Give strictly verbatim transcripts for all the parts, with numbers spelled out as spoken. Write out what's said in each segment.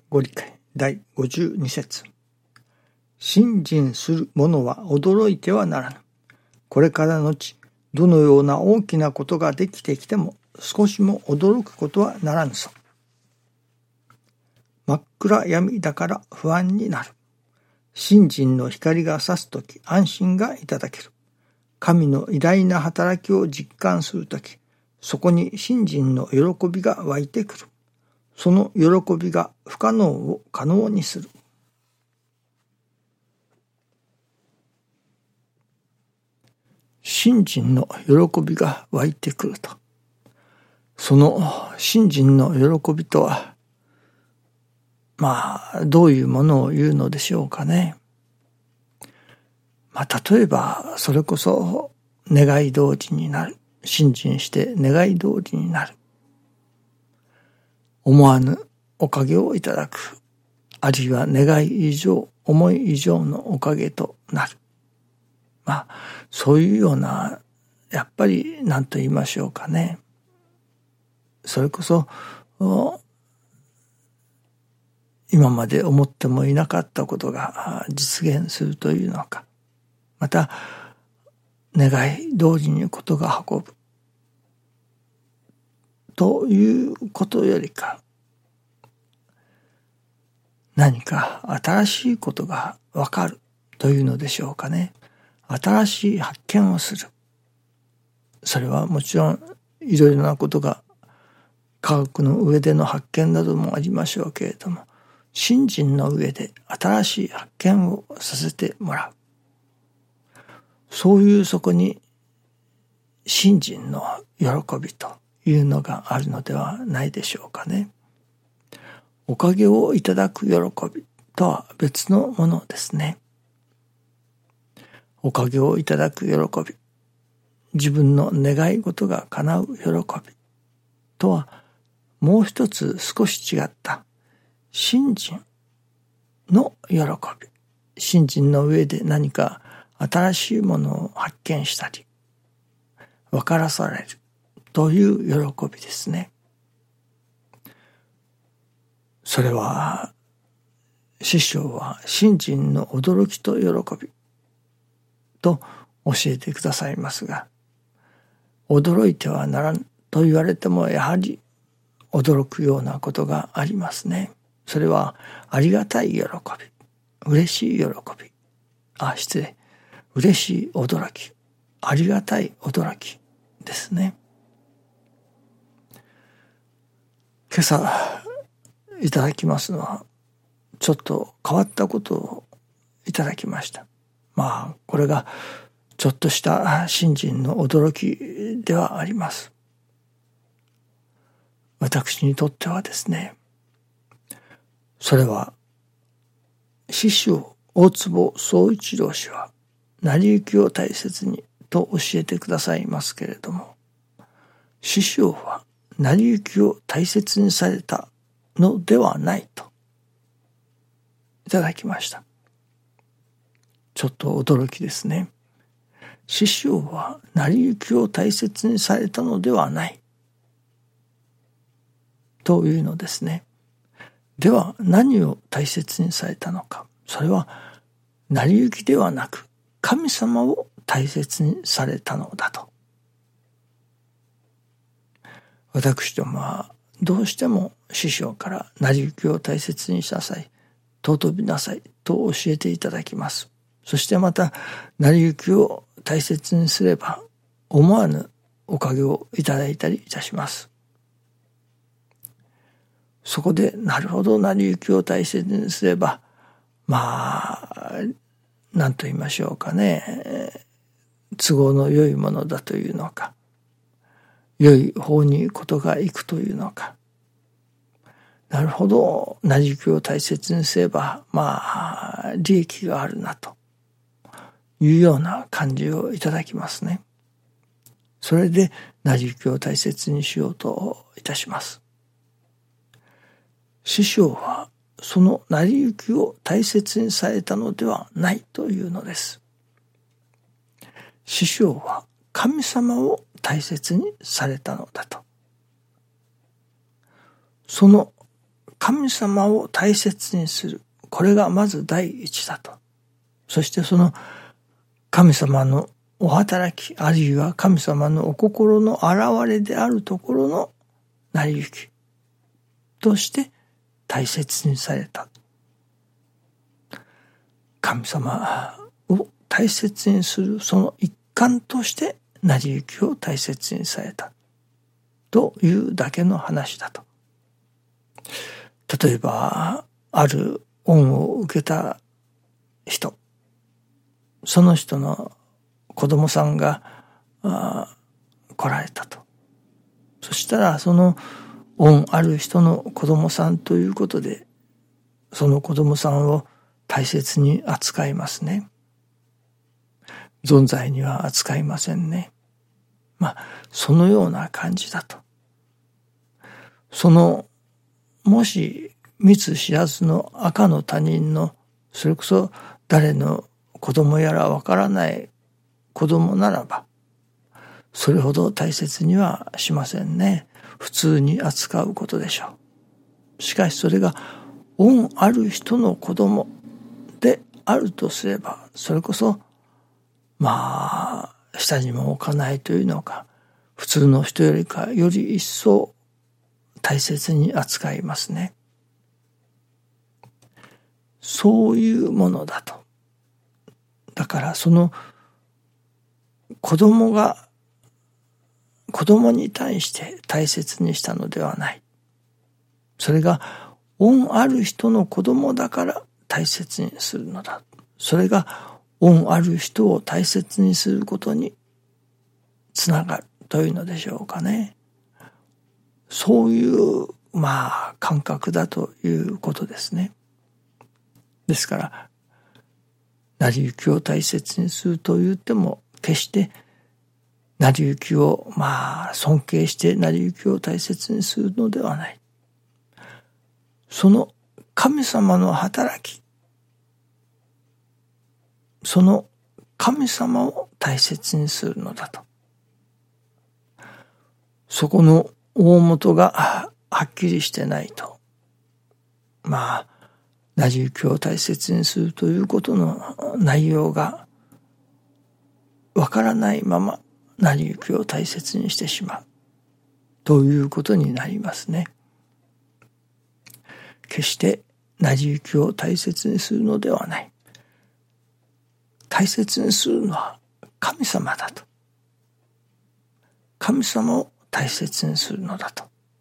ご理解だいごじゅうに節。信心する者は驚いてはならぬ。これからのち、どのような大きなことができてきても、少しも驚くことはならぬぞ。真っ暗闇だから不安になる。信心の光が差すとき、安心がいただける。神の偉大な働きを実感するとき、そこに信心の喜びが湧いてくる。その喜びが不可能を可能にする。信心の喜びが湧いてくると。その信心の喜びとは、まあ、どういうものを言うのでしょうかね。まあ、例えば、それこそ、願い通りになる。信心して願い通りになる。思わぬおかげをいただく。あるいは願い以上、思い以上のおかげとなる。まあ、そういうような、やっぱり何と言いましょうかね。それこそ、今まで思ってもいなかったことが実現するというのか。また、願い通りにことが運ぶ。ということよりか、何か新しいことがわかるというのでしょうかね。新しい発見をする。それはもちろんいろいろなことが科学の上での発見などもありましょうけれども、信心の上で新しい発見をさせてもらう。そういうそこに信心の喜びというのがあるのではないでしょうかね。おかげをいただく喜びとは別のものですね。おかげをいただく喜び、自分の願い事が叶う喜びとはもう一つ少し違った信心の喜び。信心の上で何か新しいものを発見したり、分からされるという喜びですね。それは、師匠は信心の驚きと喜びと教えてくださいますが、驚いてはならんと言われてもやはり驚くようなことがありますね。それはありがたい喜び、嬉しい喜び、あ、失礼、嬉しい驚き、ありがたい驚きですね。今朝いただきますのはちょっと変わったことをいただきました。まあこれがちょっとした信心の驚きではあります。私にとってはですね、それは師匠大坪宗一郎氏は成り行きを大切にと教えてくださいますけれども、師匠は成り行きを大切にされたのではないといただきました。ちょっと驚きですね。師匠は成り行きを大切にされたのではないというのですね。では何を大切にされたのか。それは成り行きではなく神様を大切にされたのだと。私どもはどうしても師匠から成り行きを大切にしなさい、尊びなさいと教えていただきます。そしてまた成り行きを大切にすれば思わぬおかげをいただいたりいたします。そこでなるほど成り行きを大切にすれば、まあ何と言いましょうかね、都合の良いものだというのか、良い方にことがいくというのか、なるほど成り行きを大切にすればまあ利益があるなというような感じをいただきますね。それで成り行きを大切にしようといたします。師匠はその成り行きを大切にされたのではないというのです。師匠は神様を大切にされたのだと。その神様を大切にする。これがまず第一だと。そしてその神様のお働き、あるいは神様のお心の現れであるところの成り行きとして大切にされた。神様を大切にするその一環として成り行きを大切にされたというだけの話だと。例えばある恩を受けた人、その人の子供さんが来られたと。そしたらその恩ある人の子供さんということで、その子供さんを大切に扱いますね。存在には扱いませんね。まあそのような感じだと。そのもし見ず知らずの赤の他人の、それこそ誰の子供やらわからない子供ならば、それほど大切にはしませんね。普通に扱うことでしょう。しかしそれが恩ある人の子供であるとすれば、それこそまあ下にも置かないというのか、普通の人よりかより一層大切に扱いますね。そういうものだと。だからその子供が子供に対して大切にしたのではない。それが恩ある人の子供だから大切にするのだ。それが恩ある人を大切にすることにつながるというのでしょうかね。そういうまあ感覚だということですね。ですから成り行きを大切にすると言っても、決して成り行きをまあ尊敬して成り行きを大切にするのではない。その神様の働き、その神様を大切にするのだと。そこの大元がはっきりしてないと、まあ成り行きを大切にするということの内容がわからないまま成り行きを大切にしてしまうということになりますね。決して成り行きを大切にするのではない。大切にするのは神様だと。神様を大切にするのだと。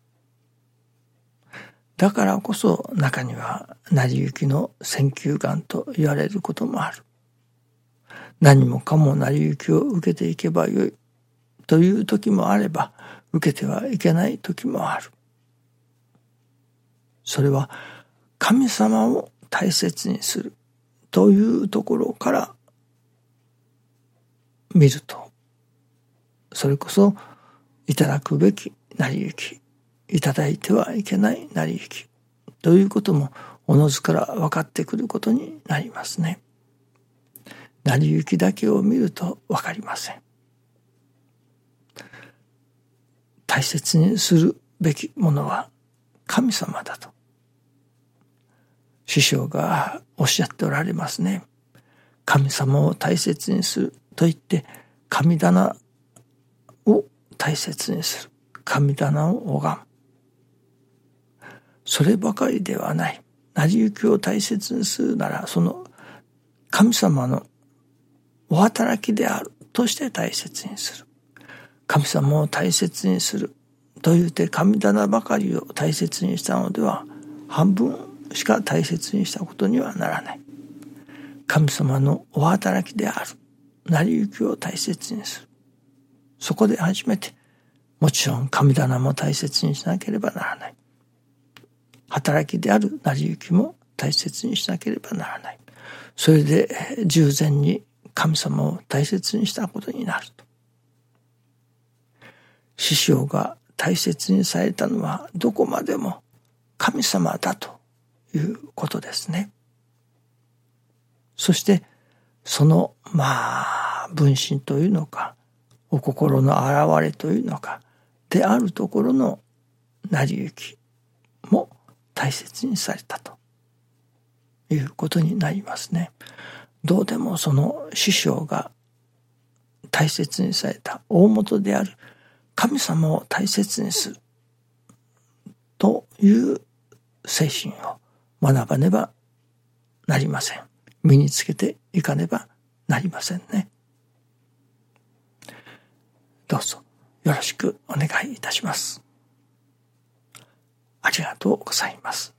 だからこそ中には成り行きの選球眼と言われることもある。何もかも成り行きを受けていけばよいという時もあれば、受けてはいけない時もある。それは神様を大切にするというところから見ると、それこそいただくべき成り行き、いただいてはいけない成り行きということもおのずから分かってくることになりますね。成り行きだけを見ると分かりません。大切にするべきものは神様だと師匠がおっしゃっておられますね。神様を大切にすると言って神棚を大切にする、神棚を拝む、そればかりではない。成り行きを大切にするなら、その神様のお働きであるとして大切にする。神様を大切にすると言って神棚ばかりを大切にしたのでは、半分しか大切にしたことにはならない。神様のお働きである成り行きを大切にする。そこで初めて、もちろん神棚も大切にしなければならない。働きである成り行きも大切にしなければならない。それで従前に神様を大切にしたことになると。師匠が大切にされたのはどこまでも神様だということですね。そしてそのまあ分身というのか、お心の現れというのかであるところの成り行きも大切にされたということになりますね。どうでもその師匠が大切にされた大元である神様を大切にするという精神を学ばねばなりません。身につけていかねばなりませんね。どうぞよろしくお願いいたします。ありがとうございます。